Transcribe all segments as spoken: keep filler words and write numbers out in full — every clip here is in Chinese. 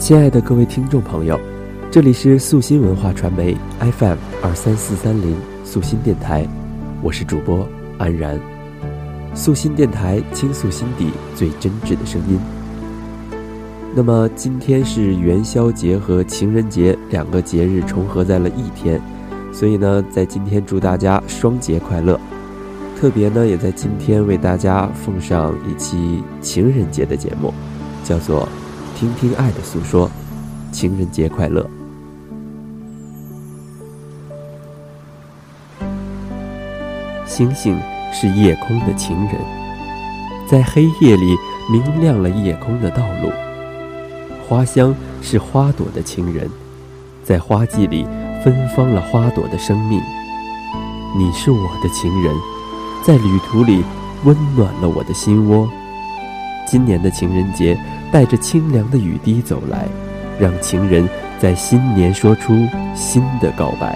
亲爱的各位听众朋友，这里是素心文化传媒 F M 二三四三零素心电台，我是主播安然。素心电台倾诉心底最真挚的声音。那么今天是元宵节和情人节两个节日重合在了一天，所以呢，在今天祝大家双节快乐。特别呢，也在今天为大家奉上一期情人节的节目，叫做听听爱的诉说，情人节快乐。星星是夜空的情人，在黑夜里明亮了夜空的道路。花香是花朵的情人，在花季里芬芳了花朵的生命。你是我的情人，在旅途里温暖了我的心窝。今年的情人节带着清凉的雨滴走来，让情人在新年说出新的告白。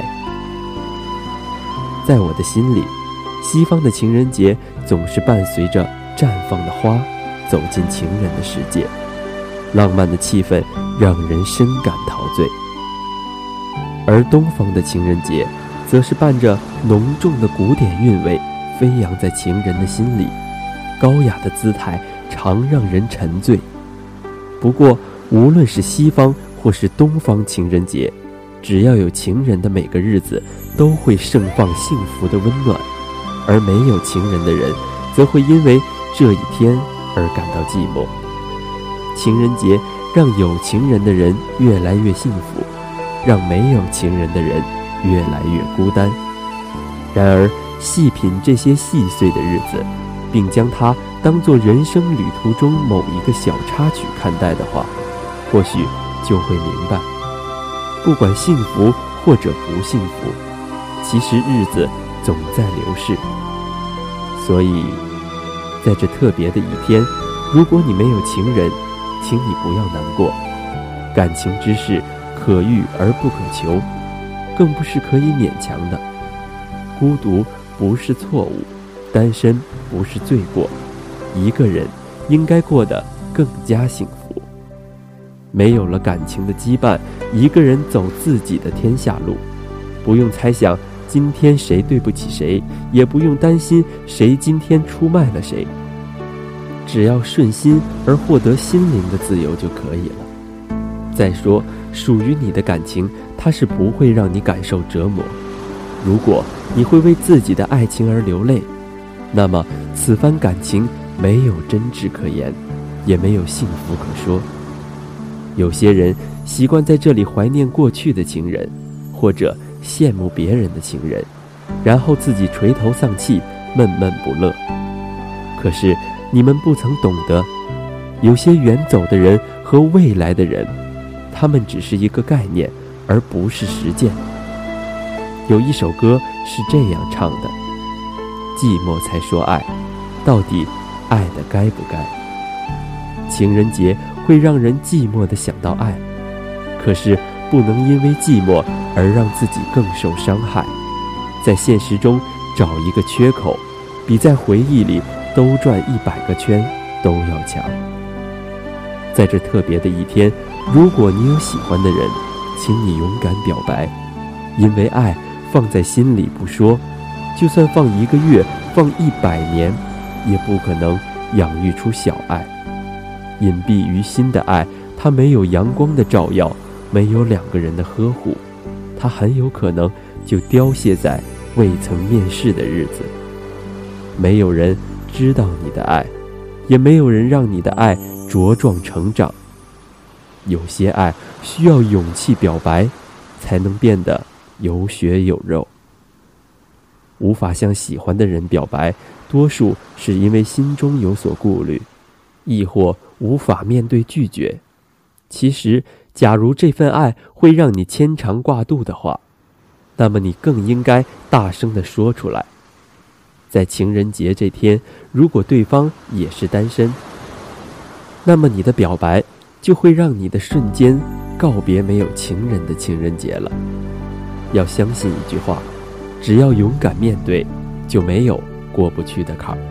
在我的心里，西方的情人节总是伴随着绽放的花走进情人的世界，浪漫的气氛让人深感陶醉。而东方的情人节则是伴着浓重的古典韵味飞扬在情人的心里，高雅的姿态常让人沉醉。不过无论是西方或是东方情人节，只要有情人的每个日子都会盛放幸福的温暖，而没有情人的人则会因为这一天而感到寂寞。情人节让有情人的人越来越幸福，让没有情人的人越来越孤单。然而细品这些细碎的日子，并将它当作人生旅途中某一个小插曲看待的话，或许就会明白，不管幸福或者不幸福，其实日子总在流逝。所以在这特别的一天，如果你没有情人，请你不要难过。感情之事可遇而不可求，更不是可以勉强的。孤独不是错误，单身不是罪过，一个人应该过得更加幸福。没有了感情的羁绊，一个人走自己的天下路，不用猜想今天谁对不起谁，也不用担心谁今天出卖了谁，只要顺心而获得心灵的自由就可以了。再说，属于你的感情，它是不会让你感受折磨。如果你会为自己的爱情而流泪，那么此番感情没有真挚可言，也没有幸福可说。有些人习惯在这里怀念过去的情人，或者羡慕别人的情人，然后自己垂头丧气，闷闷不乐。可是你们不曾懂得，有些远走的人和未来的人，他们只是一个概念，而不是实践。有一首歌是这样唱的：寂寞才说爱，到底爱的该不该？情人节会让人寂寞地想到爱，可是不能因为寂寞而让自己更受伤害。在现实中找一个缺口，比在回忆里兜转一百个圈都要强。在这特别的一天，如果你有喜欢的人，请你勇敢表白，因为爱放在心里不说，就算放一个月，放一百年，也不可能养育出小爱。隐蔽于心的爱，它没有阳光的照耀，没有两个人的呵护，它很有可能就凋谢在未曾面世的日子。没有人知道你的爱，也没有人让你的爱茁壮成长。有些爱需要勇气表白，才能变得有血有肉。无法向喜欢的人表白，多数是因为心中有所顾虑，亦或无法面对拒绝。其实假如这份爱会让你牵肠挂肚的话，那么你更应该大声地说出来。在情人节这天，如果对方也是单身，那么你的表白就会让你的瞬间告别没有情人的情人节了。要相信一句话，只要勇敢面对，就没有过不去的坎儿。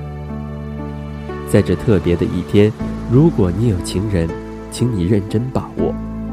在这特别的一天，如果你有情人，请你认真把握，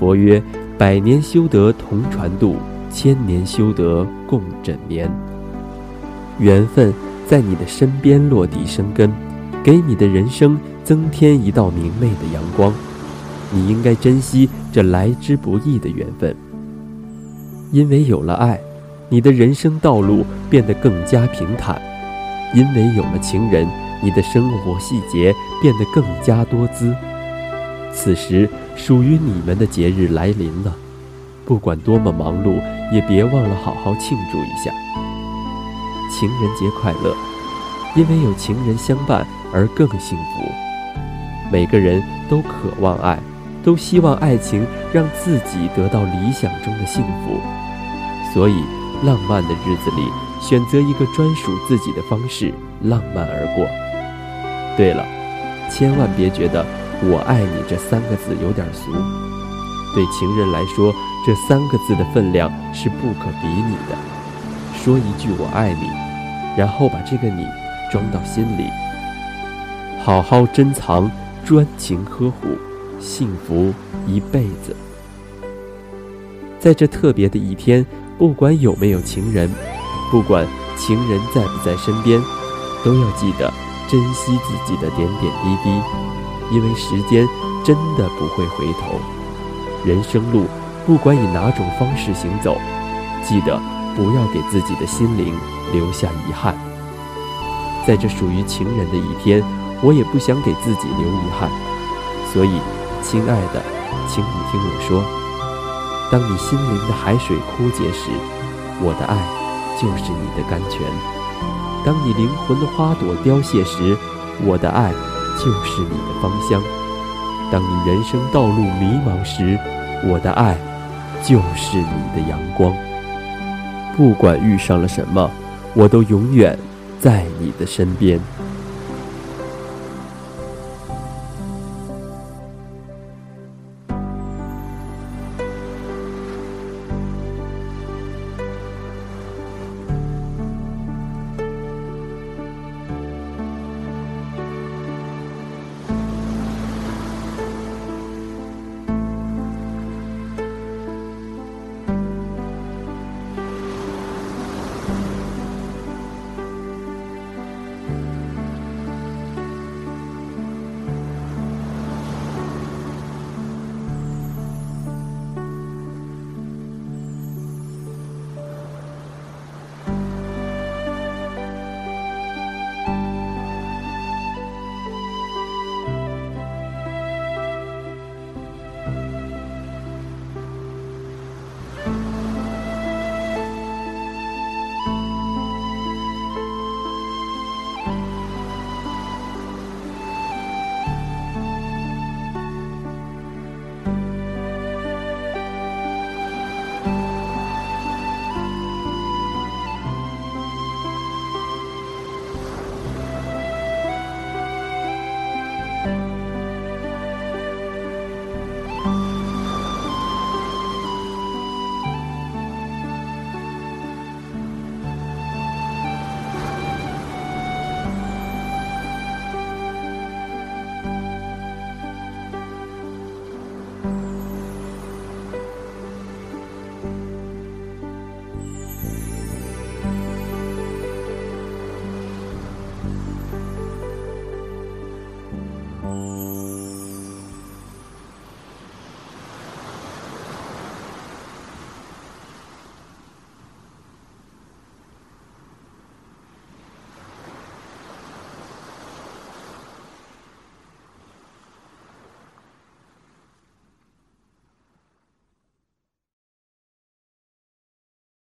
佛曰：百年修得同船渡，千年修得共枕眠。缘分在你的身边落地生根，给你的人生增添一道明媚的阳光。你应该珍惜这来之不易的缘分，因为有了爱，你的人生道路变得更加平坦；因为有了情人，你的生活细节变得更加多姿。此时属于你们的节日来临了，不管多么忙碌，也别忘了好好庆祝一下。情人节快乐，因为有情人相伴而更幸福。每个人都渴望爱，都希望爱情让自己得到理想中的幸福，所以浪漫的日子里，选择一个专属自己的方式浪漫而过。对了，千万别觉得我爱你这三个字有点俗，对情人来说，这三个字的分量是不可比拟的。说一句我爱你，然后把这个你装到心里，好好珍藏，专情呵护，幸福一辈子。在这特别的一天，不管有没有情人，不管情人在不在身边，都要记得珍惜自己的点点滴滴，因为时间真的不会回头。人生路不管以哪种方式行走，记得不要给自己的心灵留下遗憾。在这属于情人的一天，我也不想给自己留遗憾，所以亲爱的，请你听我说，当你心灵的海水枯竭时，我的爱就是你的甘泉；当你灵魂的花朵凋谢时，我的爱就是你的芳香；当你人生道路迷茫时，我的爱就是你的阳光。不管遇上了什么，我都永远在你的身边。